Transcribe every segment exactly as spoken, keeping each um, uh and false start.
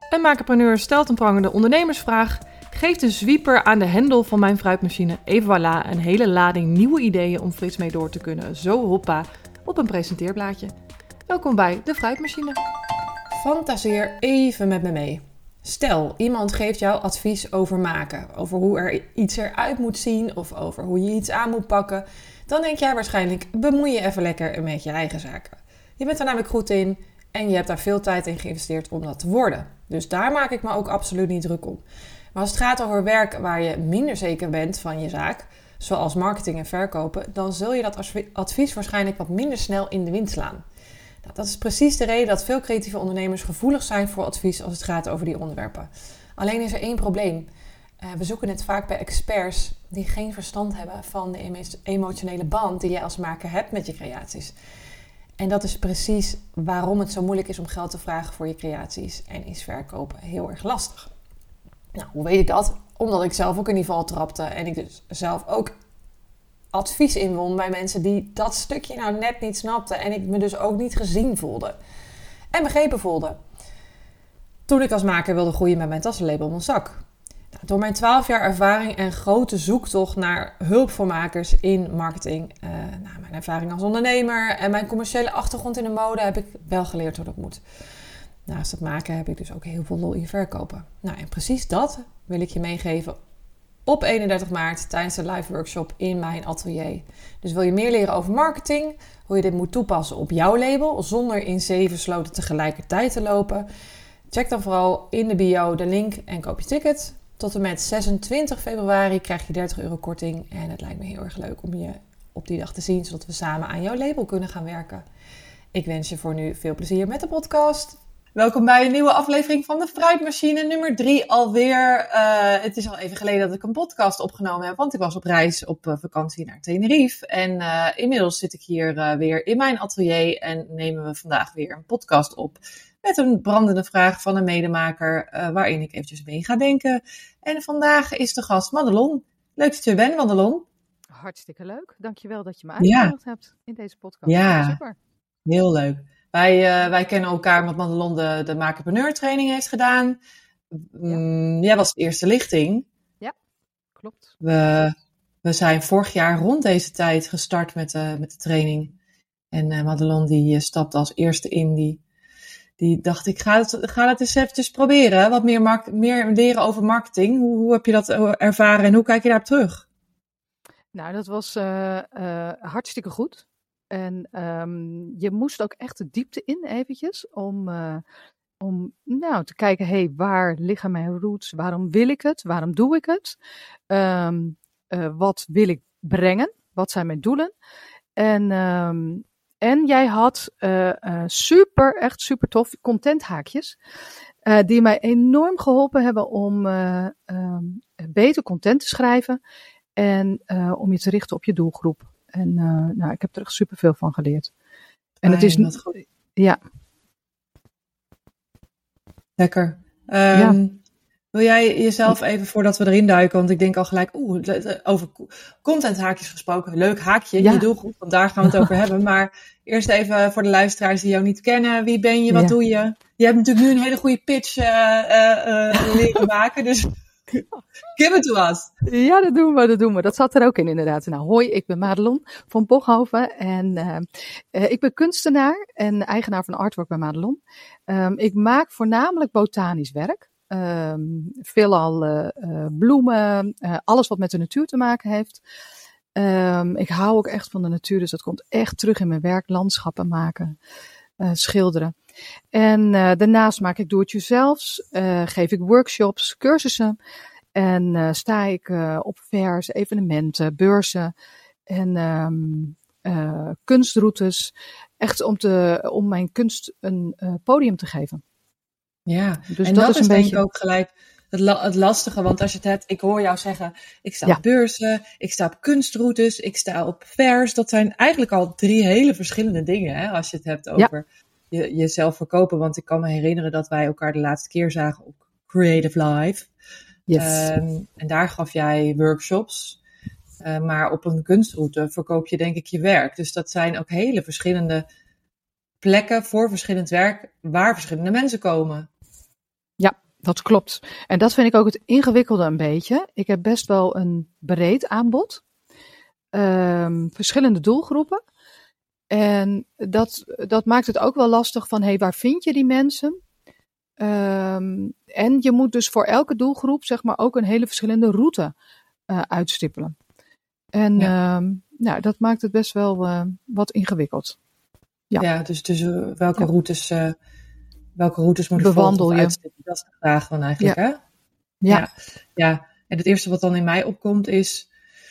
Een makerpreneur stelt een prangende ondernemersvraag, geeft de zwieper aan de hendel van mijn fruitmachine et voilà, een hele lading nieuwe ideeën om fris mee door te kunnen. Zo hoppa, op een presenteerblaadje. Welkom bij de Fruitmachine. Fantaseer even met me mee. Stel, iemand geeft jou advies over maken, over hoe er iets eruit moet zien of over hoe je iets aan moet pakken. Dan denk jij waarschijnlijk, bemoei je even lekker met je eigen zaken. Je bent er namelijk goed in en je hebt daar veel tijd in geïnvesteerd om dat te worden. Dus daar maak ik me ook absoluut niet druk om. Maar als het gaat over werk waar je minder zeker bent van je zaak, zoals marketing en verkopen, dan zul je dat advies waarschijnlijk wat minder snel in de wind slaan. Nou, dat is precies de reden dat veel creatieve ondernemers gevoelig zijn voor advies als het gaat over die onderwerpen. Alleen is er één probleem. Uh, we zoeken het vaak bij experts die geen verstand hebben van de emotionele band die jij als maker hebt met je creaties. En dat is precies waarom het zo moeilijk is om geld te vragen voor je creaties en is verkopen heel erg lastig. Nou, hoe weet ik dat? Omdat ik zelf ook in die val trapte en ik dus zelf ook advies inwon bij mensen die dat stukje nou net niet snapten en ik me dus ook niet gezien voelde en begrepen voelde. Toen ik als maker wilde groeien met mijn tassenlabel op mijn zak. Nou, door mijn twaalf jaar ervaring en grote zoektocht naar hulp voor makers in marketing, uh, nou, mijn ervaring als ondernemer en mijn commerciële achtergrond in de mode heb ik wel geleerd hoe dat moet. Naast het maken heb ik dus ook heel veel lol in verkopen. Nou, en precies dat wil ik je meegeven op eenendertig maart tijdens de live workshop in mijn atelier. Dus wil je meer leren over marketing, hoe je dit moet toepassen op jouw label zonder in zeven sloten tegelijkertijd te lopen? Check dan vooral in de bio de link en koop je ticket. Tot en met zesentwintig februari krijg je dertig euro korting en het lijkt me heel erg leuk om je op die dag te zien, zodat we samen aan jouw label kunnen gaan werken. Ik wens je voor nu veel plezier met de podcast. Welkom bij een nieuwe aflevering van de Fruitmachine, nummer drie alweer. Uh, het is al even geleden dat ik een podcast opgenomen heb, want ik was op reis op uh, vakantie naar Tenerife. En uh, inmiddels zit ik hier uh, weer in mijn atelier en nemen we vandaag weer een podcast op met een brandende vraag van een medemaker uh, waarin ik eventjes mee ga denken. En vandaag is de gast Madelon. Leuk dat je er bent, Madelon. Hartstikke leuk. Dankjewel dat je me uitgenodigd ja. hebt in deze podcast. Ja, super. Heel leuk. Wij, uh, wij kennen elkaar omdat Madelon de, de makerpreneur training heeft gedaan. Um, ja. Jij was de eerste lichting. Ja, klopt. We, we zijn vorig jaar rond deze tijd gestart met, uh, met de training. En uh, Madelon die uh, stapte als eerste in. Die, die dacht, ik ga het, ga het eens eventjes proberen. Wat meer, mark- meer leren over marketing. Hoe, hoe heb je dat ervaren en hoe kijk je daarop terug? Nou, dat was uh, uh, hartstikke goed. En um, je moest ook echt de diepte in eventjes om, uh, om nou, te kijken, hé, hey, waar liggen mijn roots? Waarom wil ik het? Waarom doe ik het? Um, uh, wat wil ik brengen? Wat zijn mijn doelen? En, um, en jij had uh, uh, super, echt super tof contenthaakjes. Uh, die mij enorm geholpen hebben om uh, um, beter content te schrijven. En uh, om je te richten op je doelgroep. En uh, nou, ik heb er echt superveel van geleerd. En Fijn, het is dat goed. Ja. Lekker. Um, ja. Wil jij jezelf even, voordat we erin duiken, want ik denk al gelijk, oeh, over contenthaakjes gesproken. Leuk haakje, ja. Je doelgroep, want daar gaan we het over hebben. Maar eerst even voor de luisteraars die jou niet kennen. Wie ben je, wat ja. doe je? Je hebt natuurlijk nu een hele goede pitch uh, uh, uh, leren maken, dus... Give it to us. Ja, dat doen we, dat doen we. Dat zat er ook in inderdaad. Nou, hoi, ik ben Madelon van Bochhoven en uh, uh, ik ben kunstenaar en eigenaar van Artwork bij Madelon. Um, ik maak voornamelijk botanisch werk. Um, veelal uh, uh, bloemen, uh, alles wat met de natuur te maken heeft. Um, ik hou ook echt van de natuur, dus dat komt echt terug in mijn werk. Landschappen maken, uh, schilderen. En uh, daarnaast maak ik do-it-yourselfs, uh, geef ik workshops, cursussen en uh, sta ik uh, op fairs, evenementen, beurzen en um, uh, kunstroutes. Echt om, te, om mijn kunst een uh, podium te geven. Ja, dus en dat, dat is, is denk beetje... ik ook gelijk het, la- het lastige, want als je het hebt, ik hoor jou zeggen, ik sta ja. op beurzen, ik sta op kunstroutes, ik sta op fairs. Dat zijn eigenlijk al drie hele verschillende dingen, hè, als je het hebt over... Ja. Je, jezelf verkopen, want ik kan me herinneren dat wij elkaar de laatste keer zagen op Creative Live. Yes. Um, en daar gaf jij workshops, uh, maar op een kunstroute verkoop je denk ik je werk. Dus dat zijn ook hele verschillende plekken voor verschillend werk waar verschillende mensen komen. Ja, dat klopt. En dat vind ik ook het ingewikkelde een beetje. Ik heb best wel een breed aanbod. Um, verschillende doelgroepen. En dat, dat maakt het ook wel lastig van, hey, waar vind je die mensen? Um, en je moet dus voor elke doelgroep, zeg maar, ook een hele verschillende route uh, uitstippelen. En ja. um, nou, dat maakt het best wel uh, wat ingewikkeld. Ja, ja dus, dus uh, welke, ja. routes, uh, welke routes moet je bewandel je? Uitstippelen? Dat is de vraag dan eigenlijk, ja. hè? Ja. ja. Ja, en het eerste wat dan in mij opkomt is...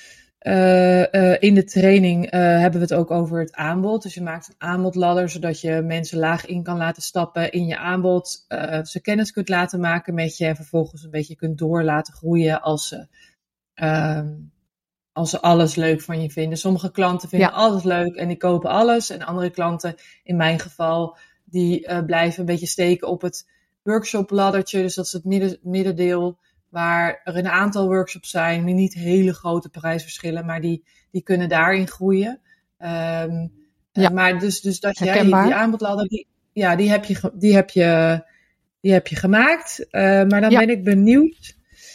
Uh, uh, in de training uh, hebben we het ook over het aanbod. Dus je maakt een aanbodladder, zodat je mensen laag in kan laten stappen in je aanbod. Uh, ze kennis kunt laten maken met je en vervolgens een beetje kunt door laten groeien als ze, uh, als ze alles leuk van je vinden. Sommige klanten vinden ja. alles leuk en die kopen alles. En andere klanten, in mijn geval, die uh, blijven een beetje steken op het workshopladdertje. Dus dat is het midden, middendeel. Waar er een aantal workshops zijn, die niet hele grote prijsverschillen, maar die, die kunnen daarin groeien. Um, ja. Maar dus, dus dat je ja, die, die aanbodladder, die, ja, die heb je, die heb je, die heb je gemaakt. Uh, maar dan ja. ben ik benieuwd.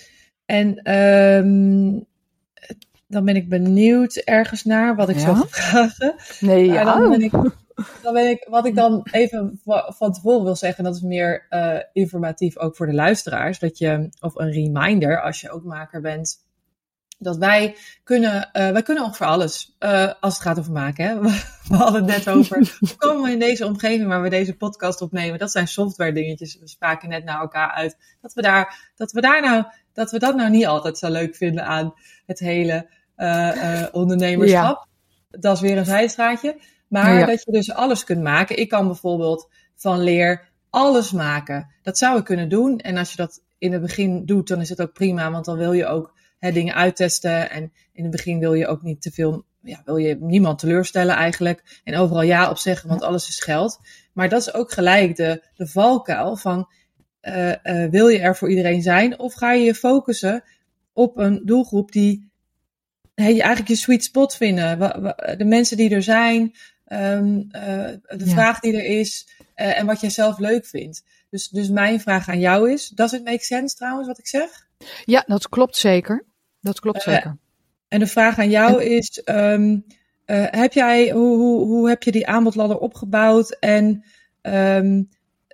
En um, dan ben ik benieuwd ergens naar wat ik ja. zou vragen. Nee, ja. Uh, dan ben ik, Dan ben ik, wat ik dan even van tevoren wil zeggen, dat is meer uh, informatief ook voor de luisteraars, dat je, of een reminder als je ook maker bent, dat wij kunnen, uh, wij kunnen ongeveer alles, uh, als het gaat over maken. Hè? We, we hadden het net over, hoe komen we in deze omgeving waar we deze podcast opnemen? Dat zijn software dingetjes, we spraken net naar elkaar uit, dat we daar, dat we daar nou, dat we dat nou niet altijd zo leuk vinden aan het hele uh, uh, ondernemerschap. Ja. Dat is weer een zijstraatje. Maar ja. dat je dus alles kunt maken. Ik kan bijvoorbeeld van leer alles maken. Dat zou ik kunnen doen. En als je dat in het begin doet, dan is het ook prima. Want dan wil je ook hè, dingen uittesten. En in het begin wil je ook niet te veel, ja, wil je niemand teleurstellen eigenlijk. En overal ja op zeggen, want alles is geld. Maar dat is ook gelijk de, de valkuil van, uh, uh, wil je er voor iedereen zijn? Of ga je je focussen op een doelgroep die hey, eigenlijk je sweet spot vinden? De mensen die er zijn... Um, uh, de ja. vraag die er is uh, en wat jij zelf leuk vindt. Dus, dus mijn vraag aan jou is, does it make sense trouwens wat ik zeg? Ja, dat klopt zeker. Dat klopt uh, zeker. En de vraag aan jou en... is, um, uh, heb jij, hoe, hoe, hoe heb je die aanbodladder opgebouwd? En um,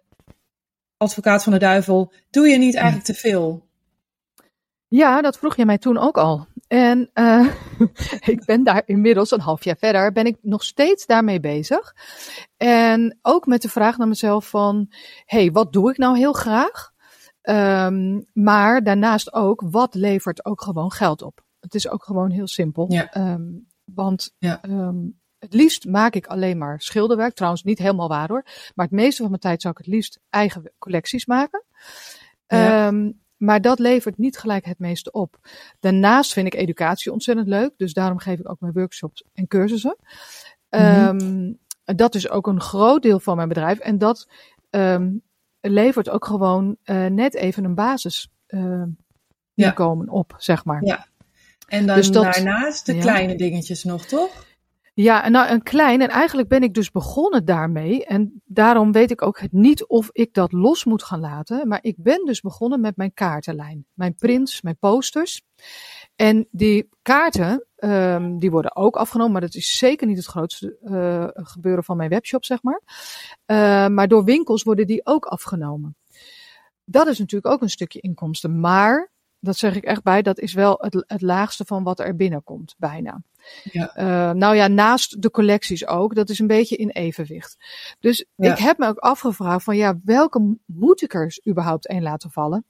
advocaat van de duivel, doe je niet eigenlijk te veel? Ja, dat vroeg je mij toen ook al. En uh, ik ben daar inmiddels een half jaar verder, ben ik nog steeds daarmee bezig. En ook met de vraag naar mezelf van, hey, wat doe ik nou heel graag? Um, maar daarnaast ook, wat levert ook gewoon geld op? Het is ook gewoon heel simpel. Ja. Um, want ja. um, het liefst maak ik alleen maar schilderwerk. Trouwens niet helemaal waar hoor. Maar het meeste van mijn tijd zou ik het liefst eigen collecties maken. Ja. Um, Maar dat levert niet gelijk het meeste op. Daarnaast vind ik educatie ontzettend leuk. Dus daarom geef ik ook mijn workshops en cursussen. Mm-hmm. Um, dat is ook een groot deel van mijn bedrijf. En dat um, levert ook gewoon uh, net even een basis uh, inkomen ja. op, zeg maar. Ja. En dan dus dat, daarnaast de ja. kleine dingetjes nog, toch? Ja, nou een klein. En eigenlijk ben ik dus begonnen daarmee. En daarom weet ik ook niet of ik dat los moet gaan laten. Maar ik ben dus begonnen met mijn kaartenlijn. Mijn prints, mijn posters. En die kaarten, um, die worden ook afgenomen. Maar dat is zeker niet het grootste uh, gebeuren van mijn webshop, zeg maar. Uh, maar door winkels worden die ook afgenomen. Dat is natuurlijk ook een stukje inkomsten. Maar, dat zeg ik echt bij, dat is wel het, het laagste van wat er binnenkomt, bijna. Ja. Uh, nou ja, naast de collecties ook. Dat is een beetje in evenwicht. Dus ja. ik heb me ook afgevraagd van ja, welke moet ik er überhaupt een laten vallen?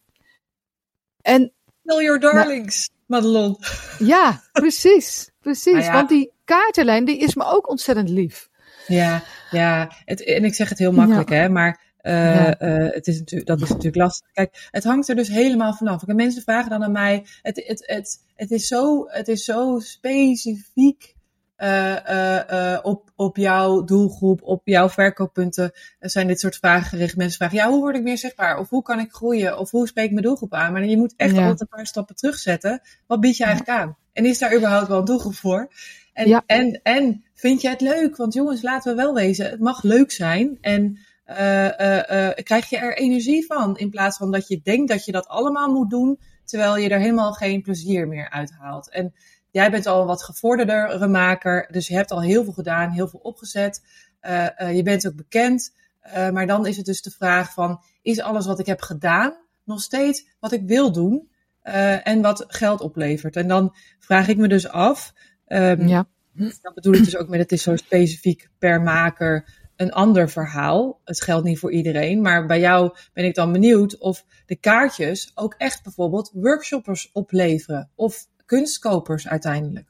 En Tell your darlings, nou, Madelon. Ja, precies. Precies. Nou ja. Want die kaartenlijn, die is me ook ontzettend lief. Ja, ja. Het, en ik zeg het heel makkelijk, ja. hè, maar Uh, ja. uh, het is natuurlijk, dat is natuurlijk lastig. Kijk, het hangt er dus helemaal vanaf. En mensen vragen dan aan mij, het, het, het, het, is, zo, het is zo specifiek uh, uh, uh, op, op jouw doelgroep, op jouw verkooppunten. Er zijn dit soort vragen gericht. Mensen vragen, ja, hoe word ik meer zichtbaar? Of hoe kan ik groeien? Of hoe spreek ik mijn doelgroep aan? Maar je moet echt ja. altijd een paar stappen terugzetten. Wat bied je eigenlijk ja. aan? En is daar überhaupt wel een doelgroep voor? En, ja. en, en vind je het leuk? Want jongens, laten we wel wezen, het mag leuk zijn. En uh, uh, uh, krijg je er energie van. In plaats van dat je denkt dat je dat allemaal moet doen, terwijl je er helemaal geen plezier meer uit haalt. En jij bent al een wat gevorderdere maker, dus je hebt al heel veel gedaan, heel veel opgezet. Uh, uh, je bent ook bekend, uh, maar dan is het dus de vraag van, is alles wat ik heb gedaan nog steeds wat ik wil doen uh, en wat geld oplevert? En dan vraag ik me dus af, um, ja. dat bedoel ik dus ook met, het is zo specifiek per maker een ander verhaal. Het geldt niet voor iedereen, maar bij jou ben ik dan benieuwd of de kaartjes ook echt bijvoorbeeld workshoppers opleveren of kunstkopers uiteindelijk.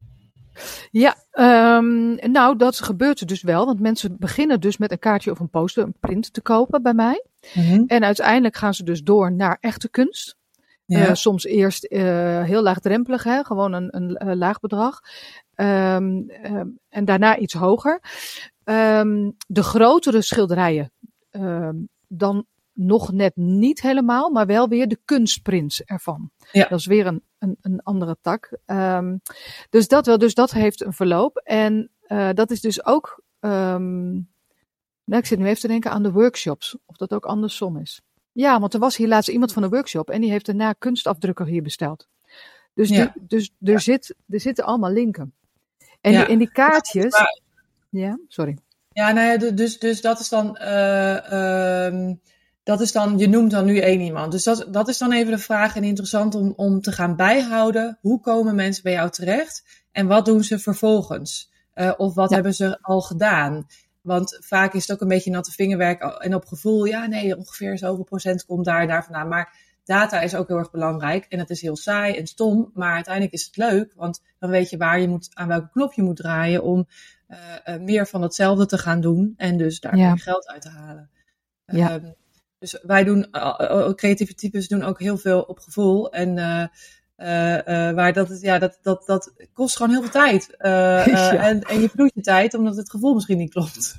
Ja, um, nou dat gebeurt dus wel, want mensen beginnen dus met een kaartje of een poster, een print te kopen bij mij. Mm-hmm. En uiteindelijk gaan ze dus door naar echte kunst. Ja. Uh, soms eerst uh, heel laagdrempelig, hè, gewoon een, een, een laag bedrag. Um, um, en daarna iets hoger. Um, de grotere schilderijen, um, dan nog net niet helemaal, maar wel weer de kunstprints ervan. Ja. Dat is weer een, een, een andere tak. Um, dus dat wel, dus dat heeft een verloop. En uh, dat is dus ook, um, nou, ik zit nu even te denken aan de workshops, of dat ook andersom is. Ja, want er was hier laatst iemand van een workshop en die heeft daarna kunstafdrukker hier besteld. Dus, ja. die, dus er, ja. zit, er zitten allemaal linken. En ja. die, in die kaartjes... Ja, sorry. Ja, nou ja, dus, dus dat is dan... Uh, um, dat is dan, je noemt dan nu één iemand. Dus dat, dat is dan even de vraag en interessant om, om te gaan bijhouden. Hoe komen mensen bij jou terecht? En wat doen ze vervolgens? Uh, of wat ja. hebben ze al gedaan? Want vaak is het ook een beetje natte vingerwerk en op gevoel. Ja, nee, ongeveer zoveel procent komt daar en daar vandaan. Maar data is ook heel erg belangrijk. En het is heel saai en stom. Maar uiteindelijk is het leuk. Want dan weet je waar je moet, aan welke knop je moet draaien om uh, uh, meer van hetzelfde te gaan doen. En dus daar ja. meer geld uit te halen. Ja. Um, dus wij doen, uh, creatieve types doen ook heel veel op gevoel. En uh, uh, uh, waar dat, ja, dat, dat, dat kost gewoon heel veel tijd. Uh, uh, ja. en, en je verdoet je tijd, omdat het gevoel misschien niet klopt.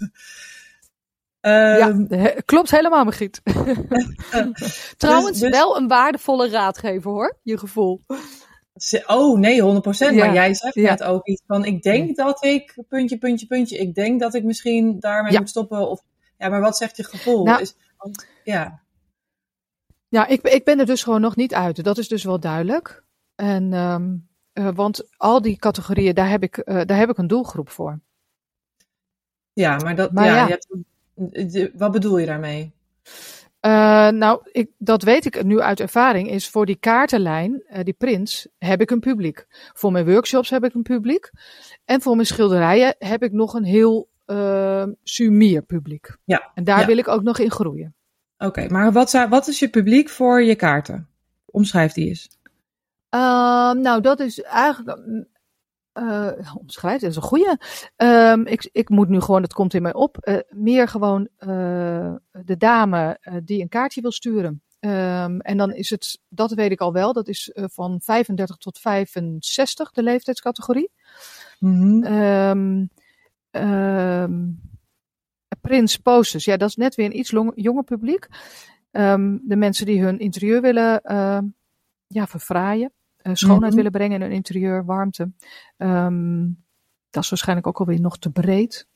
Uh, ja, he, klopt helemaal, Margriet. Trouwens, dus, dus, wel een waardevolle raadgever hoor, je gevoel. Oh nee, honderd procent. Ja, maar jij zegt ja. net ook iets van, ik denk ja. dat ik, puntje, puntje, puntje, ik denk dat ik misschien daarmee ja. moet stoppen. Of, ja, maar wat zegt je gevoel? Nou, is, ja, ja ik, ik ben er dus gewoon nog niet uit. Dat is dus wel duidelijk. En, um, uh, want al die categorieën, daar heb ik, uh, daar heb ik een doelgroep voor. Ja, maar, dat, maar ja, ja. Je hebt, wat bedoel je daarmee? Uh, nou, ik, dat weet ik nu uit ervaring, is voor die kaartenlijn, uh, die prints, heb ik een publiek. Voor mijn workshops heb ik een publiek. En voor mijn schilderijen heb ik nog een heel uh, sumier publiek. Ja, en daar ja. wil ik ook nog in groeien. Oké, okay, maar wat, wat is je publiek voor je kaarten? Omschrijf die eens. Uh, nou, dat is eigenlijk... Uh, omschrijf, dat is een goeie. Um, ik, ik moet nu gewoon, het komt in mij op, uh, meer gewoon uh, de dame uh, die een kaartje wil sturen. Um, en dan is het, dat weet ik al wel, dat is uh, van vijfendertig tot vijfenzestig de leeftijdscategorie. Mm-hmm. Um, um, Prins posters, ja, dat is net weer een iets long, jonger publiek. Um, de mensen die hun interieur willen uh, ja, verfraaien. Uh, schoonheid mm-hmm. willen brengen in hun interieur, warmte. Um, dat is waarschijnlijk ook alweer nog te breed.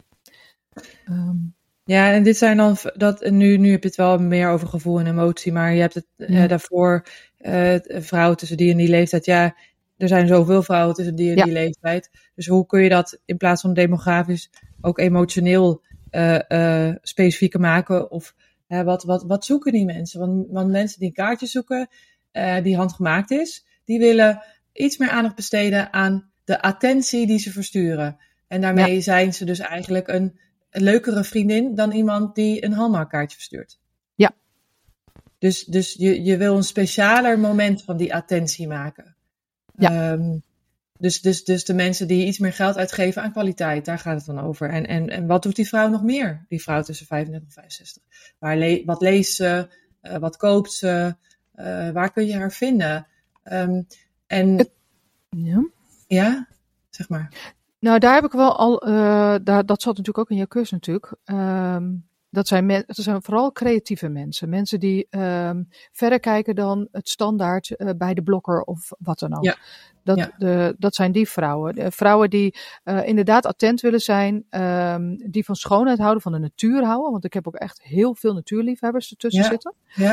Um, ja, en dit zijn dan, dat, nu, nu heb je het wel meer over gevoel en emotie, maar je hebt het ja. uh, daarvoor, uh, vrouwen tussen die en die leeftijd, ja, er zijn zoveel vrouwen tussen die en ja. die leeftijd. Dus hoe kun je dat in plaats van demografisch ook emotioneel uh, uh, specifieker maken? Of uh, wat, wat, wat zoeken die mensen? Want, want mensen die een kaartje zoeken, uh, die handgemaakt is, die willen iets meer aandacht besteden aan de attentie die ze versturen. En daarmee ja. zijn ze dus eigenlijk een, een leukere vriendin dan iemand die een Hallmark-kaartje verstuurt. Ja. Dus, dus je, je wil een specialer moment van die attentie maken. Ja. Um, dus, dus, dus de mensen die iets meer geld uitgeven aan kwaliteit, daar gaat het dan over. En, en, en wat doet die vrouw nog meer? Die vrouw tussen vijfendertig en vijfenzestig. Waar le- wat leest ze? Uh, wat koopt ze? Uh, waar kun je haar vinden? Um, en ja. ja, zeg maar. Nou, daar heb ik wel al, uh, daar, dat zat natuurlijk ook in jouw cursus natuurlijk. Um, Dat zijn, men, dat zijn vooral creatieve mensen. Mensen die um, verder kijken dan het standaard uh, bij de blokker of wat dan ook. Ja. Dat, Ja. de, dat zijn die vrouwen. De vrouwen die uh, inderdaad attent willen zijn. Um, die van schoonheid houden, van de natuur houden. Want ik heb ook echt heel veel natuurliefhebbers ertussen Ja. zitten. Ja.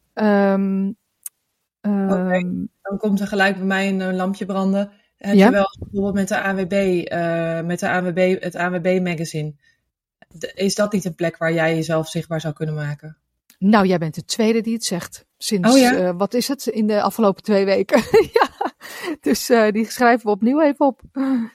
Um, um, okay. Dan komt er gelijk bij mij een, een lampje branden. Heb ja? je wel bijvoorbeeld met de A W B, uh, met de A W B, het A W B magazine. Is dat niet een plek waar jij jezelf zichtbaar zou kunnen maken? Nou, jij bent de tweede die het zegt. Sinds, oh, ja? uh, wat is het, in de afgelopen twee weken. ja, dus uh, die schrijven we opnieuw even op.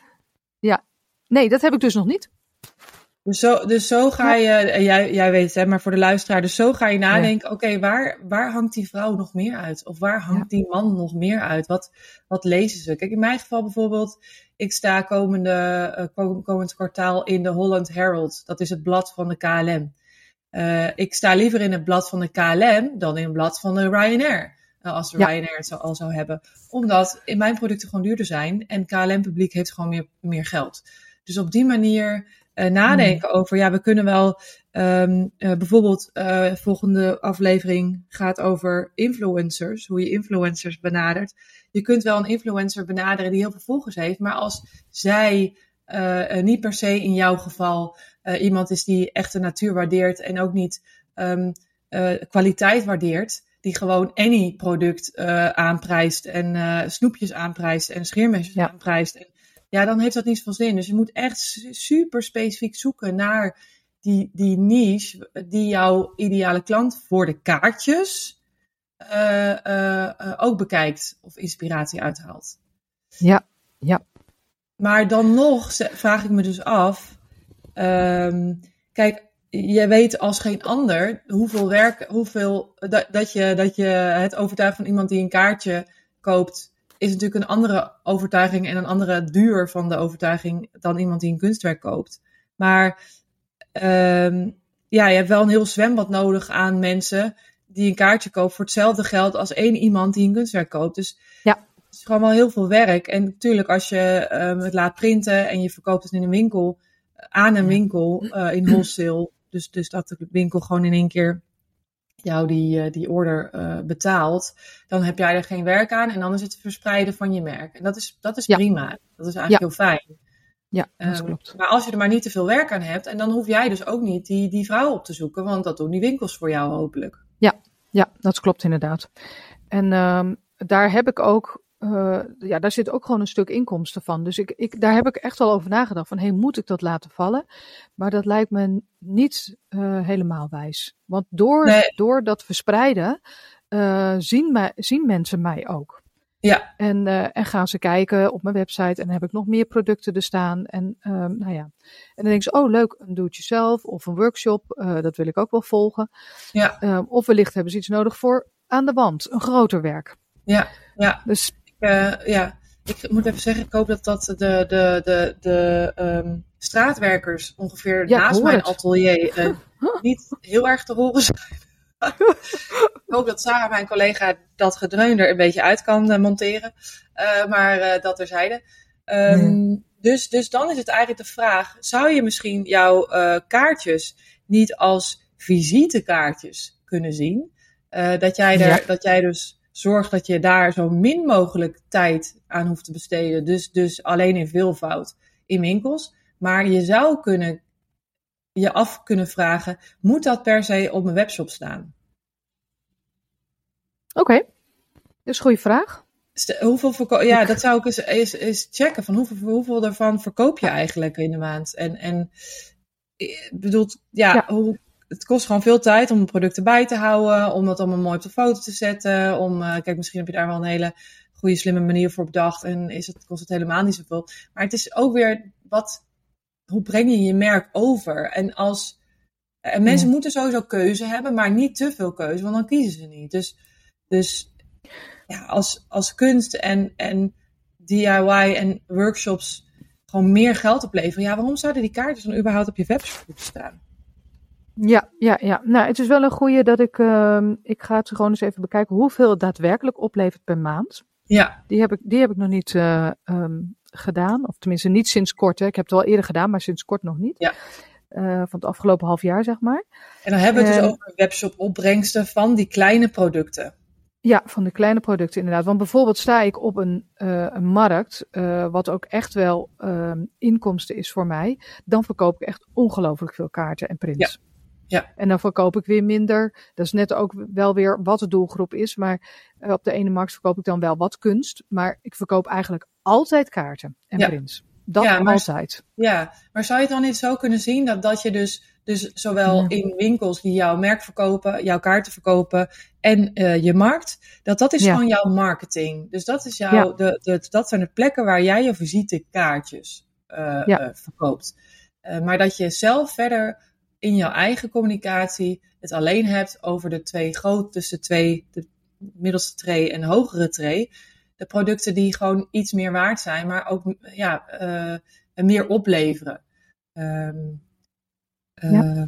ja, nee, dat heb ik dus nog niet. Dus zo, dus zo ga je, en jij, jij weet het, hè, maar voor de luisteraar, dus zo ga je nadenken, ja. oké, okay, waar, waar hangt die vrouw nog meer uit? Of waar hangt ja. die man nog meer uit? Wat, wat lezen ze? Kijk, in mijn geval bijvoorbeeld, ik sta komende, uh, komend kwartaal in de Holland Herald. Dat is het blad van de K L M. Uh, ik sta liever in het blad van de K L M dan in het blad van de Ryanair. Uh, als de ja. Ryanair het zo, al zou hebben. Omdat in mijn producten gewoon duurder zijn en K L M-publiek heeft gewoon meer, meer geld. Dus op die manier uh, nadenken hmm. over, ja, we kunnen wel um, uh, bijvoorbeeld, uh, volgende aflevering gaat over influencers, hoe je influencers benadert. Je kunt wel een influencer benaderen die heel veel volgers heeft, maar als zij uh, uh, niet per se in jouw geval uh, iemand is die echt de natuur waardeert en ook niet um, uh, kwaliteit waardeert, die gewoon any product uh, aanprijst en uh, snoepjes aanprijst en scheermesjes ja. aanprijst. En, ja, dan heeft dat niet veel zin. Dus je moet echt super specifiek zoeken naar die, die niche die jouw ideale klant voor de kaartjes uh, uh, uh, ook bekijkt of inspiratie uithaalt. Ja, ja. Maar dan nog vraag ik me dus af, um, kijk, je weet als geen ander hoeveel werk, hoeveel, dat, dat, je, dat je het overtuigen van iemand die een kaartje koopt, is natuurlijk een andere overtuiging en een andere duur van de overtuiging dan iemand die een kunstwerk koopt. Maar um, ja, je hebt wel een heel zwembad nodig aan mensen die een kaartje kopen voor hetzelfde geld als één iemand die een kunstwerk koopt. Dus ja. het is gewoon wel heel veel werk. En natuurlijk als je um, het laat printen en je verkoopt het in een winkel, aan een winkel uh, in wholesale, dus, dus dat de winkel gewoon in één keer jou die, uh, die order uh, betaalt, dan heb jij er geen werk aan en dan is het verspreiden van je merk. En dat is, dat is ja. prima. Dat is eigenlijk ja. heel fijn. Ja, dat um, klopt. Maar als je er maar niet te veel werk aan hebt, en dan hoef jij dus ook niet die, die vrouw op te zoeken, want dat doen die winkels voor jou hopelijk. Ja, ja, dat klopt inderdaad. En um, daar heb ik ook, uh, ja, daar zit ook gewoon een stuk inkomsten van. Dus ik, ik, daar heb ik echt wel over nagedacht van, hé, hey, moet ik dat laten vallen? Maar dat lijkt me niet uh, helemaal wijs. Want door, nee. door dat verspreiden uh, zien, mij, zien mensen mij ook. Ja. En, uh, en gaan ze kijken op mijn website en dan heb ik nog meer producten er staan. En, um, nou ja. en dan denken ze, oh leuk, een do-it-yourself of een workshop, uh, dat wil ik ook wel volgen. Ja. Um, of wellicht hebben ze iets nodig voor aan de wand, een groter werk. Ja, ja. Dus uh, ja. Ik moet even zeggen, ik hoop dat, dat de, de, de, de um, straatwerkers ongeveer ja, naast mijn het. atelier uh, niet heel erg te horen zijn. Ik hoop dat Sarah, mijn collega, dat gedreun er een beetje uit kan uh, monteren. Uh, maar uh, dat terzijde. Um, hmm. dus, dus dan is het eigenlijk de vraag, zou je misschien jouw uh, kaartjes niet als visitekaartjes kunnen zien? Uh, dat, jij er, ja. dat jij dus zorgt dat je daar zo min mogelijk tijd aan hoeft te besteden. Dus, dus alleen in veelvoud in winkels. Maar je zou kunnen, je af kunnen vragen, moet dat per se op mijn webshop staan? Oké, okay. Dat is een goede vraag. Hoeveel verko- ja, dat zou ik eens, eens, eens checken. Van hoeveel, hoeveel daarvan verkoop je eigenlijk in de maand? En, en bedoelt, ja, ja. Hoe, het kost gewoon veel tijd om producten bij te houden, om dat allemaal mooi op de foto te zetten. Om, uh, kijk, misschien heb je daar wel een hele goede, slimme manier voor bedacht en is het, kost het helemaal niet zoveel. Maar het is ook weer, wat, hoe breng je je merk over? En als en mensen ja. moeten sowieso keuze hebben, maar niet te veel keuze, want dan kiezen ze niet. Dus, dus ja, als, als kunst en, en D I Y en workshops gewoon meer geld opleveren, ja, waarom zouden die kaartjes dan überhaupt op je webshop moeten staan? Ja, ja, ja. Nou, het is wel een goeie dat ik, uh, ik ga het gewoon eens even bekijken hoeveel het daadwerkelijk oplevert per maand. Ja. Die heb ik, die heb ik nog niet uh, um, gedaan, of tenminste niet sinds kort. Hè. Ik heb het wel eerder gedaan, maar sinds kort nog niet. Ja. uh, van het afgelopen half jaar, zeg maar. En dan hebben we het en, dus over webshop opbrengsten van die kleine producten. Ja, van de kleine producten inderdaad. Want bijvoorbeeld sta ik op een, uh, een markt, uh, wat ook echt wel uh, inkomsten is voor mij. Dan verkoop ik echt ongelooflijk veel kaarten en prints. Ja. Ja. En dan verkoop ik weer minder. Dat is net ook wel weer wat de doelgroep is. Maar uh, op de ene markt verkoop ik dan wel wat kunst. Maar ik verkoop eigenlijk altijd kaarten en ja. prints. Dat ja, maar, altijd. Ja, maar zou je het dan niet zo kunnen zien dat, dat je dus, dus zowel ja. in winkels die jouw merk verkopen, jouw kaarten verkopen en uh, je markt, dat dat is ja. gewoon jouw marketing. Dus dat is jouw, ja. de, de, dat zijn de plekken waar jij je visitekaartjes uh, ja. uh, verkoopt. Uh, maar dat je zelf verder in jouw eigen communicatie het alleen hebt over de twee groot, dus de twee, de middelste tray en de hogere tray. De producten die gewoon iets meer waard zijn, maar ook ja, uh, meer opleveren. Um, uh, ja.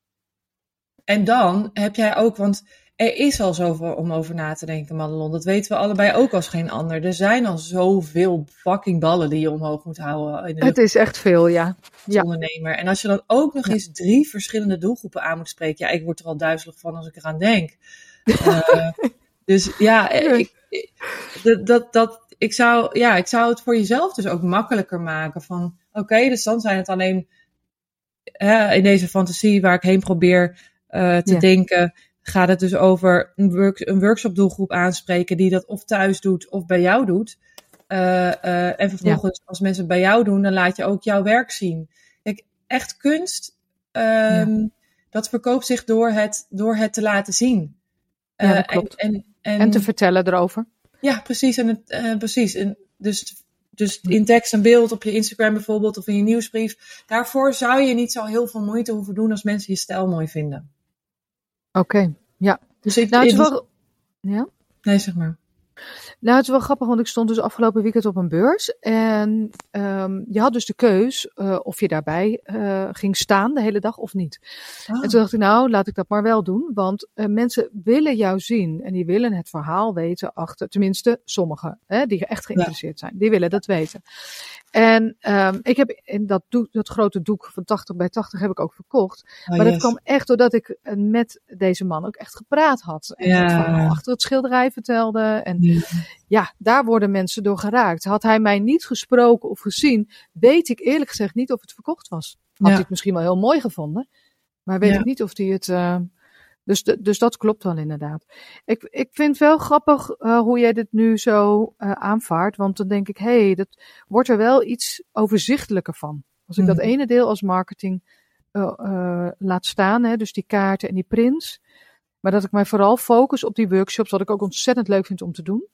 En dan heb jij ook, want er is al zoveel om over na te denken, Madelon. Dat weten we allebei ook als geen ander. Er zijn al zoveel fucking ballen die je omhoog moet houden. In de het is echt veel, ja. Als ja. ondernemer. En als je dan ook nog eens drie verschillende doelgroepen aan moet spreken. Ja, ik word er al duizelig van als ik eraan denk. Uh, dus ja, ik, ik, dat, dat, dat, ik, zou, ja, ik zou het voor jezelf dus ook makkelijker maken. Van oké, okay, dus dan zijn het alleen uh, in deze fantasie waar ik heen probeer uh, te ja. denken. Gaat het dus over een, work, een workshop doelgroep aanspreken die dat of thuis doet of bij jou doet. Uh, uh, en vervolgens ja. als mensen het bij jou doen, dan laat je ook jouw werk zien. Kijk, echt kunst, um, ja. dat verkoopt zich door het, door het te laten zien. Ja, dat klopt. En, en, en, en te vertellen erover. Ja, precies. En het, uh, precies. En dus, dus in tekst en beeld op je Instagram bijvoorbeeld of in je nieuwsbrief. Daarvoor zou je niet zo heel veel moeite hoeven doen als mensen je stijl mooi vinden. Oké, okay, ja. Dus ik, nou, het is dus, wel... Ja? Nee, zeg maar. Nou, het is wel grappig, want ik stond dus afgelopen weekend op een beurs. En um, je had dus de keus uh, of je daarbij uh, ging staan de hele dag of niet. Oh. En toen dacht ik, nou, laat ik dat maar wel doen. Want uh, mensen willen jou zien en die willen het verhaal weten achter, tenminste sommigen, hè, die echt geïnteresseerd ja. zijn. Die willen dat weten. En um, ik heb in dat, doek, dat grote doek van tachtig bij tachtig heb ik ook verkocht. Oh, maar yes. dat kwam echt doordat ik uh, met deze man ook echt gepraat had. En ja. het verhaal achter het schilderij vertelde. En ja. ja, daar worden mensen door geraakt. Had hij mij niet gesproken of gezien, weet ik eerlijk gezegd niet of het verkocht was. Had ja. hij het misschien wel heel mooi gevonden. Maar weet ja. ik niet of hij het... Uh, dus, de, dus dat klopt wel inderdaad. Ik, ik vind het wel grappig uh, hoe jij dit nu zo uh, aanvaardt. Want dan denk ik, hé, hey, dat wordt er wel iets overzichtelijker van. Als ik mm. dat ene deel als marketing uh, uh, laat staan, hè, dus die kaarten en die prints. Maar dat ik mij vooral focus op die workshops, wat ik ook ontzettend leuk vind om te doen.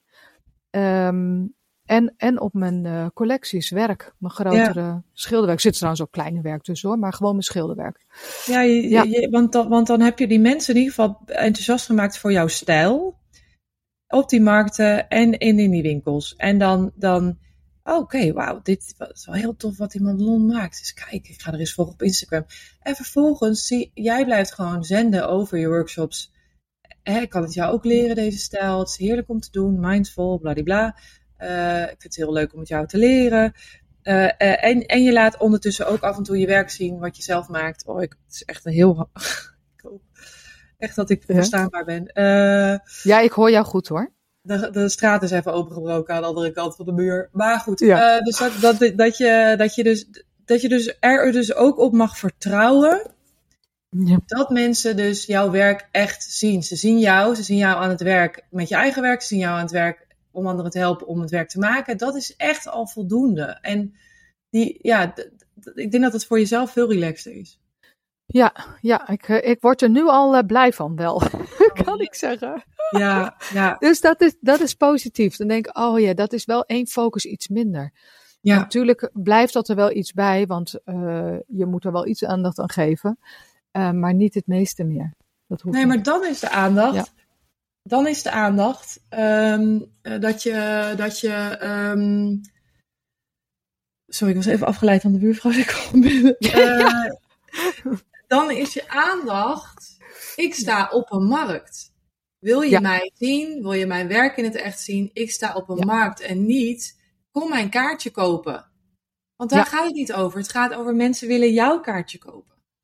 Um, en, en op mijn uh, collecties, werk, mijn grotere ja. schilderwerk. Er zit trouwens ook kleine werk tussen hoor, maar gewoon mijn schilderwerk. Ja, je, ja. Je, want, dan, want dan heb je die mensen in ieder geval enthousiast gemaakt voor jouw stijl. Op die markten en in, in die winkels. En dan, dan oh, oké, okay, wauw, dit is wel heel tof wat die Madelon maakt. Dus kijk, ik ga er eens volgen op Instagram. En vervolgens, zie, jij blijft gewoon zenden over je workshops. Hè, ik kan het jou ook leren, deze stijl. Het is heerlijk om te doen, mindful, bladibla. Uh, ik vind het heel leuk om het jou te leren. Uh, uh, en, en je laat ondertussen ook af en toe je werk zien, wat je zelf maakt. Oh, ik, het is echt een heel... ik hoop echt dat ik ja. verstaanbaar ben. Uh, ja, ik hoor jou goed hoor. De, de straat is even opengebroken aan de andere kant van de muur. Maar goed, ja. uh, dus dat, dat, dat, je, dat, je dus, dat je dus er dus ook op mag vertrouwen... Ja. Dat mensen dus jouw werk echt zien. Ze zien jou, ze zien jou aan het werk met je eigen werk. Ze zien jou aan het werk om anderen te helpen om het werk te maken. Dat is echt al voldoende. En die, ja, d- d- ik denk dat het voor jezelf veel relaxter is. Ja, ja ik, ik word er nu al uh, blij van wel, kan ik zeggen. Ja, ja. Dus dat is, dat is positief. Dan denk ik, oh ja, dat is wel één focus iets minder. Ja. Natuurlijk blijft dat er wel iets bij, want uh, je moet er wel iets aandacht aan geven. Uh, maar niet het meeste meer. Dat hoeft nee, niet. maar dan is de aandacht. Ja. Dan is de aandacht um, uh, dat je. Dat je um... Sorry, ik was even afgeleid van de buurvrouw. Ik kwam binnen. Uh, dan is je aandacht. Ik sta op een markt. Wil je ja. mij zien? Wil je mijn werk in het echt zien? Ik sta op een ja. markt en niet. Kom mijn kaartje kopen. Want daar ja. gaat het niet over. Het gaat over mensen willen jouw kaartje kopen.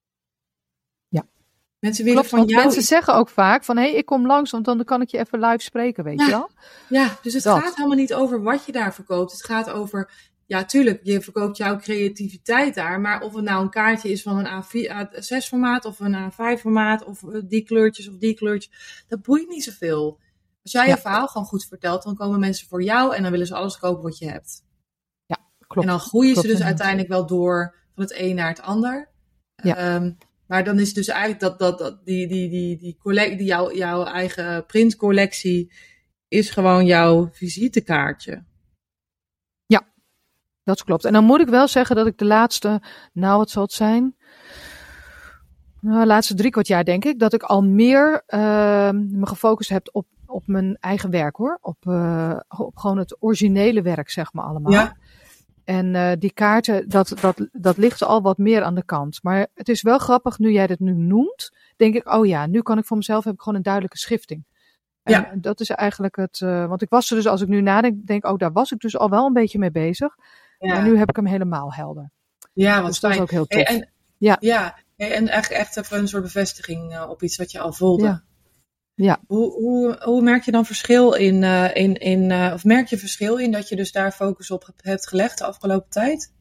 Mensen willen Klopt, van want jou mensen iets- zeggen ook vaak van, hé, hey, ik kom langs, want dan kan ik je even live spreken, weet Ja. je wel? Ja, dus het Dat. gaat helemaal niet over wat je daar verkoopt. Het gaat over, ja, tuurlijk, je verkoopt jouw creativiteit daar. Maar of het nou een kaartje is van een A vier, A zes formaat of een A vijf formaat of eh, die kleurtjes of die kleurtjes, dat boeit niet zoveel. Als jij Ja. je verhaal gewoon goed vertelt, dan komen mensen voor jou en dan willen ze alles kopen wat je hebt. Klopt. En dan groeien Klopt ze dus inderdaad. uiteindelijk wel door van het een naar het ander. Ja. Ehm, maar dan is het dus eigenlijk dat, dat, dat die, die, die, die, collect, die jouw, jouw eigen printcollectie is gewoon jouw visitekaartje. Dat klopt. En dan moet ik wel zeggen dat ik de laatste, nou wat zal het zijn? Nou, de laatste drie kwart jaar denk ik, dat ik al meer uh, me gefocust heb op, op mijn eigen werk hoor. Op, uh, op gewoon het originele werk, zeg maar allemaal. Ja. En uh, die kaarten, dat, dat, dat ligt al wat meer aan de kant. Maar het is wel grappig, nu jij dit nu noemt, denk ik, oh ja, nu kan ik voor mezelf, heb ik gewoon een duidelijke schifting. En Ja. dat is eigenlijk het, uh, want ik was er dus, als ik nu nadenk, denk oh, daar was ik dus al wel een beetje mee bezig. Ja, Maar nu heb ik hem helemaal helder. ja wat Dus dat is fijn. ook heel tof. Hey, en, Ja. ja hey, en echt, echt even een soort bevestiging uh, op iets wat je al voelde. Ja. Ja. Hoe, hoe, hoe merk je dan verschil in, uh, in, in uh, of merk je verschil in dat je dus daar focus op hebt gelegd de afgelopen tijd?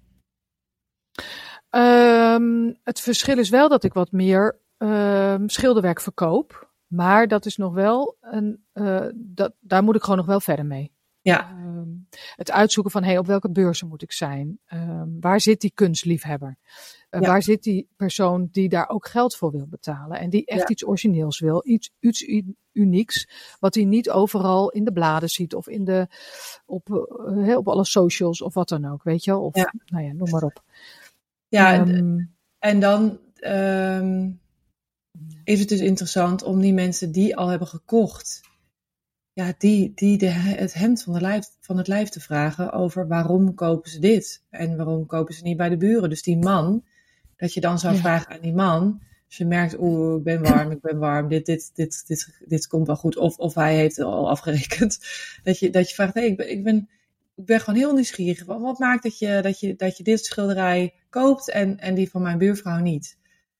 Um, het verschil is wel dat ik wat meer um, schilderwerk verkoop. Maar dat is nog wel een, uh, dat, daar moet ik gewoon nog wel verder mee. Ja. Um, het uitzoeken van, hey, op welke beurzen moet ik zijn? Um, waar zit die kunstliefhebber? Uh, Ja. Waar zit die persoon die daar ook geld voor wil betalen? En die echt Ja. iets origineels wil. Iets, iets u- unieks. Wat hij niet overal in de bladen ziet. Of in de, op, uh, op alle socials of wat dan ook. Weet je wel? Of, Ja. nou ja, noem maar op. Ja, en, Um, en dan um, is het dus interessant om die mensen die al hebben gekocht, ja, die, die de, het hemd van, de lijf, van het lijf te vragen over waarom kopen ze dit? En waarom kopen ze niet bij de buren? Dus die man, dat je dan zou Ja. vragen aan die man, als je merkt, oeh, ik ben warm, ik ben warm, dit, dit, dit, dit, dit komt wel goed. Of, of hij heeft het al afgerekend. Dat je, dat je vraagt, hé, hey, ik, ben, ik, ben, ik ben gewoon heel nieuwsgierig. Wat, wat maakt dat je, dat, je, dat je dit schilderij koopt en, en die van mijn buurvrouw niet?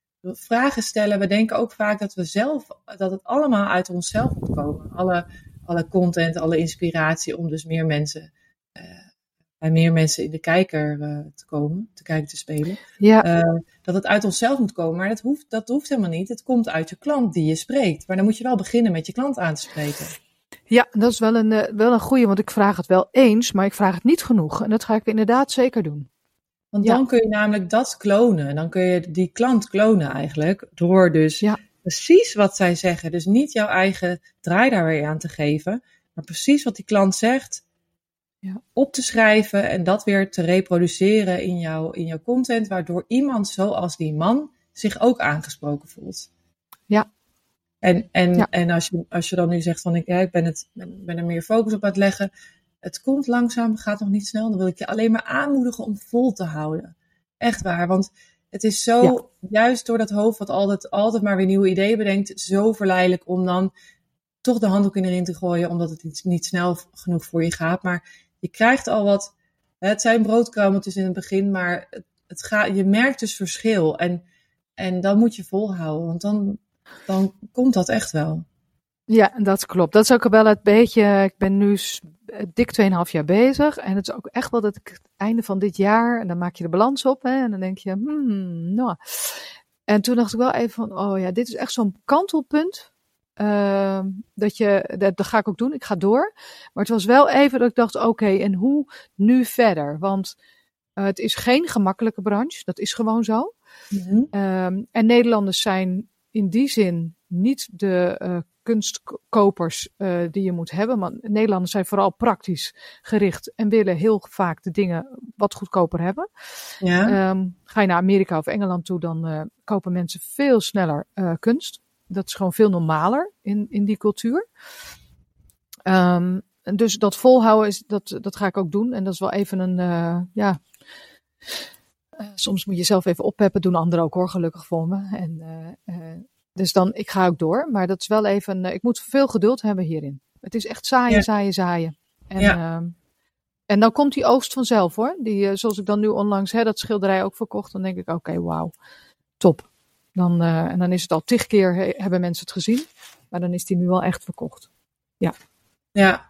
Vragen stellen, we denken ook vaak dat we zelf, dat het allemaal uit onszelf moet komen. Alle, alle content, alle inspiratie om dus meer mensen, uh, bij meer mensen in de kijker uh, te komen, te kijken te spelen. ja. Uh, dat het uit onszelf moet komen, maar dat hoeft, dat hoeft helemaal niet. Het komt uit je klant die je spreekt. Maar dan moet je wel beginnen met je klant aan te spreken. Ja, dat is wel een, uh, wel een goeie, want ik vraag het wel eens, maar ik vraag het niet genoeg. En dat ga ik inderdaad zeker doen. Want Ja. dan kun je namelijk dat klonen. Dan kun je die klant klonen eigenlijk, door dus Ja. precies wat zij zeggen. Dus niet jouw eigen draai daar weer aan te geven, maar precies wat die klant zegt, Ja. op te schrijven en dat weer te reproduceren in, jouw, in jouw content, waardoor iemand zoals die man zich ook aangesproken voelt. Ja. En, en, Ja. en als, je, als je dan nu zegt van ik, ja, ik ben, het, ben, ben er meer focus op aan het leggen, het komt langzaam, gaat nog niet snel, dan wil ik je alleen maar aanmoedigen om vol te houden. Echt waar, want het is zo, Ja. juist door dat hoofd wat altijd, altijd maar weer nieuwe ideeën bedenkt, zo verleidelijk om dan toch de handdoek erin te gooien, omdat het niet, niet snel genoeg voor je gaat. Maar je krijgt al wat, het zijn broodkruimeltjes in het begin, maar het, het gaat, je merkt dus verschil. En, en dan moet je volhouden, want dan, dan komt dat echt wel. Ja, dat klopt. Dat is ook wel het beetje, ik ben nu s- dik tweeënhalf jaar bezig. En het is ook echt wel dat ik het einde van dit jaar, en dan maak je de balans op, hè, en dan denk je, hmm, nou. En toen dacht ik wel even van, oh ja, dit is echt zo'n kantelpunt. Uh, dat je, dat, dat ga ik ook doen, ik ga door. Maar het was wel even dat ik dacht, oké, okay, en hoe nu verder? Want uh, het is geen gemakkelijke branche, dat is gewoon zo. Mm-hmm. Um, en Nederlanders zijn in die zin niet de uh, kunstkopers uh, die je moet hebben. Want Nederlanders zijn vooral praktisch gericht en willen heel vaak de dingen wat goedkoper hebben. Ja. Um, ga je naar Amerika of Engeland toe, dan uh, kopen mensen veel sneller uh, kunst. Dat is gewoon veel normaler in, in die cultuur. Um, dus dat volhouden, is, dat, dat ga ik ook doen. En dat is wel even een, uh, ja... Uh, soms moet je zelf even oppeppen, doen anderen ook hoor, gelukkig voor me. En, uh, uh, dus dan, ik ga ook door. Maar dat is wel even, uh, ik moet veel geduld hebben hierin. Het is echt zaaien, Ja. zaaien, zaaien. En, Ja. uh, en dan komt die oogst vanzelf hoor. Die, uh, zoals ik dan nu onlangs hè, dat schilderij ook verkocht. Dan denk ik, oké, okay, wauw, top. Dan, uh, en dan is het al tig keer, he, hebben mensen het gezien. Maar dan is die nu wel echt verkocht. Ja. Ja.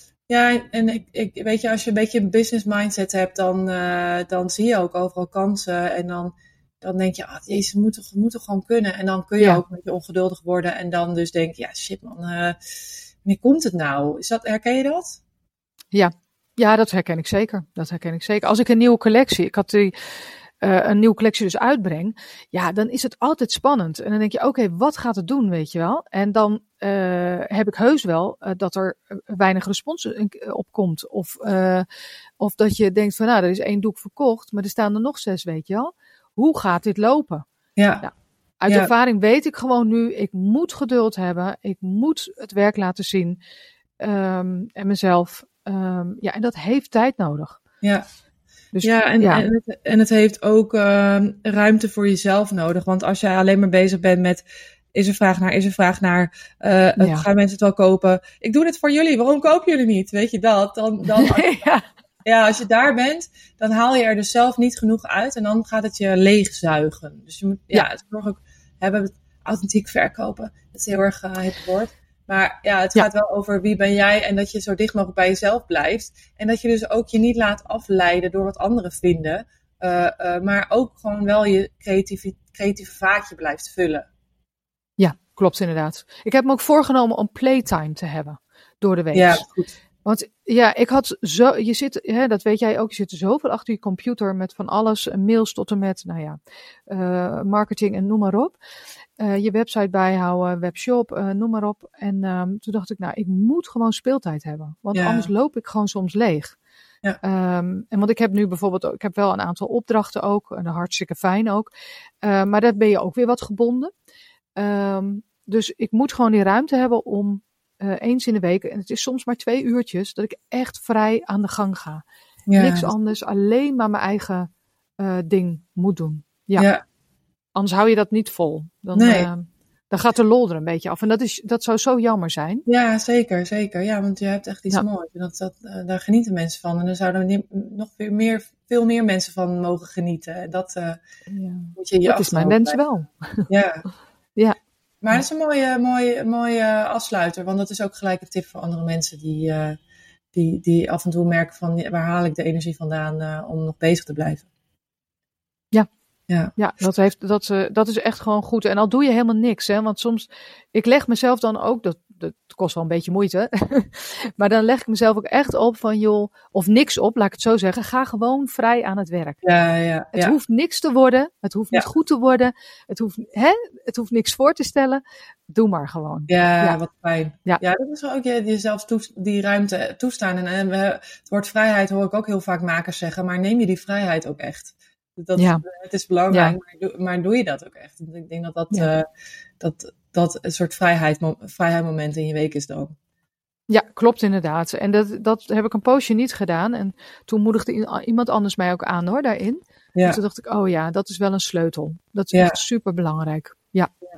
Ja, en ik, ik, weet je, als je een beetje een business mindset hebt, dan, uh, dan zie je ook overal kansen. En dan, dan denk je, ah, jezus, het moet toch, moet toch gewoon kunnen. En dan kun je ja. ook een beetje ongeduldig worden. En dan dus denk je, ja, shit man, uh, wanneer komt het nou? Is dat, herken je dat? Ja. ja, dat herken ik zeker. Dat herken ik zeker. Als ik een nieuwe collectie, ik had die... Uh, een nieuwe collectie dus uitbreng, ja, dan is het altijd spannend. En dan denk je, oké, okay, wat gaat het doen, weet je wel? En dan uh, heb ik heus wel uh, dat er weinig respons op komt. Of, uh, of dat je denkt van, nou, er is één doek verkocht, maar er staan er nog zes, weet je wel? Hoe gaat dit lopen? Ja. Nou, uit ja. ervaring weet ik gewoon nu, ik moet geduld hebben. Ik moet het werk laten zien. Um, en mezelf. Um, ja, en dat heeft tijd nodig. Ja. Dus, ja, en, ja. En, het, en het heeft ook uh, ruimte voor jezelf nodig. Want als jij alleen maar bezig bent met, is er vraag naar, is er vraag naar, uh, ja. gaan mensen het wel kopen? Ik doe dit voor jullie, waarom kopen jullie niet? Weet je dat? Dan, dan, als, ja. ja, als je daar bent, dan haal je er dus zelf niet genoeg uit. En dan gaat het je leegzuigen. Dus je moet, ja, ja het is ook, hebben het authentiek verkopen. Dat is heel erg uh, hip woord. Maar ja, het ja. gaat wel over wie ben jij en dat je zo dicht mogelijk bij jezelf blijft. En dat je dus ook je niet laat afleiden door wat anderen vinden. Uh, uh, maar ook gewoon wel je creatieve, creatieve vaatje blijft vullen. Ja, klopt inderdaad. Ik heb me ook voorgenomen om playtime te hebben door de week. Ja, goed. Want ja, ik had zo, je zit, hè, dat weet jij ook, je zit zoveel achter je computer met van alles, mails tot en met, nou ja, uh, marketing en noem maar op. Uh, je website bijhouden, webshop, uh, noem maar op. En um, toen dacht ik, nou, ik moet gewoon speeltijd hebben. Want ja. anders loop ik gewoon soms leeg. Ja. Um, en want ik heb nu bijvoorbeeld, ik heb wel een aantal opdrachten ook. En hartstikke fijn ook. Uh, maar daar ben je ook weer wat gebonden. Um, dus ik moet gewoon die ruimte hebben om uh, eens in de week, en het is soms maar twee uurtjes, dat ik echt vrij aan de gang ga. Ja. Niks anders, alleen maar mijn eigen uh, ding moet doen. Ja. ja. Anders hou je dat niet vol. Dan, nee. uh, dan gaat de lol er een beetje af. En dat, is, dat zou zo jammer zijn. Ja, zeker, zeker. Ja, want je hebt echt iets ja. moois. En dat, dat, uh, daar genieten mensen van. En daar zouden ne- nog weer meer, veel meer mensen van mogen genieten. En dat uh, ja. moet je je Dat is mijn wens wel. Ja. ja. Maar dat is een mooie, mooie, mooie afsluiter. Want dat is ook gelijk een tip voor andere mensen die, uh, die, die af en toe merken van waar haal ik de energie vandaan uh, om nog bezig te blijven. Ja. Ja, ja dat, heeft, dat, uh, dat is echt gewoon goed. En al doe je helemaal niks. Hè? Want soms, ik leg mezelf dan ook, dat, dat kost wel een beetje moeite. maar dan leg ik mezelf ook echt op van joh, of niks op, laat ik het zo zeggen. Ga gewoon vrij aan het werk. Ja, ja, het ja. hoeft niks te worden. Het hoeft niet ja. goed te worden. Het hoeft, hè? Het hoeft niks voor te stellen. Doe maar gewoon. Ja, ja. wat fijn. Ja. ja, dat is ook je, jezelf toest, die ruimte toestaan. En, en we, het woord vrijheid hoor ik ook heel vaak makers zeggen. Maar neem je die vrijheid ook echt? Dat, ja. Het is belangrijk, ja. maar, doe, maar doe je dat ook echt? Ik denk dat dat, ja. uh, dat, dat een soort vrijheid, vrijheidmoment in je week is dan. Ja, klopt inderdaad. En dat, dat heb ik een poosje niet gedaan. En toen moedigde iemand anders mij ook aan hoor, daarin. Ja. En toen dacht ik, oh ja, dat is wel een sleutel. Dat is ja. echt super belangrijk. Ja. ja.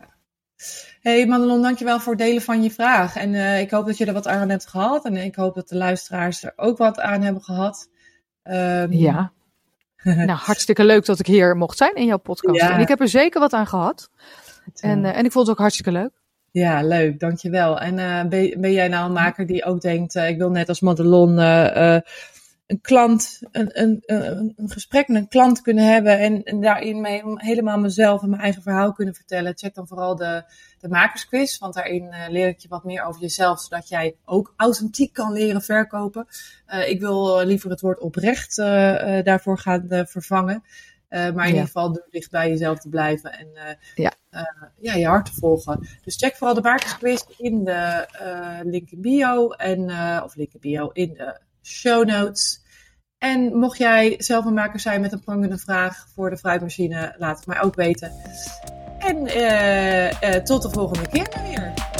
Hey Madelon, dankjewel voor het delen van je vraag. En uh, ik hoop dat je er wat aan hebt gehad. En ik hoop dat de luisteraars er ook wat aan hebben gehad. Um, ja. Nou, hartstikke leuk dat ik hier mocht zijn in jouw podcast. Ja. En ik heb er zeker wat aan gehad. En, uh, en ik vond het ook hartstikke leuk. Ja, leuk. Dankjewel. En uh, ben, ben jij nou een maker die ook denkt, uh, ik wil net als Madelon uh, uh, een klant, een, een, een, een gesprek met een klant kunnen hebben en, en daarin mee helemaal mezelf en mijn eigen verhaal kunnen vertellen. Check dan vooral de, de makersquiz, want daarin uh, leer ik je wat meer over jezelf, zodat jij ook authentiek kan leren verkopen. Uh, ik wil uh, liever het woord oprecht uh, uh, daarvoor gaan uh, vervangen. Uh, maar in ja. ieder geval door dicht bij jezelf te blijven en uh, ja. Uh, ja, je hart te volgen. Dus check vooral de makersquiz in de uh, link in bio en, uh, of link in bio in de show notes. En mocht jij zelf een maker zijn met een prangende vraag voor de fruitmachine, laat het mij ook weten. En uh, uh, tot de volgende keer weer.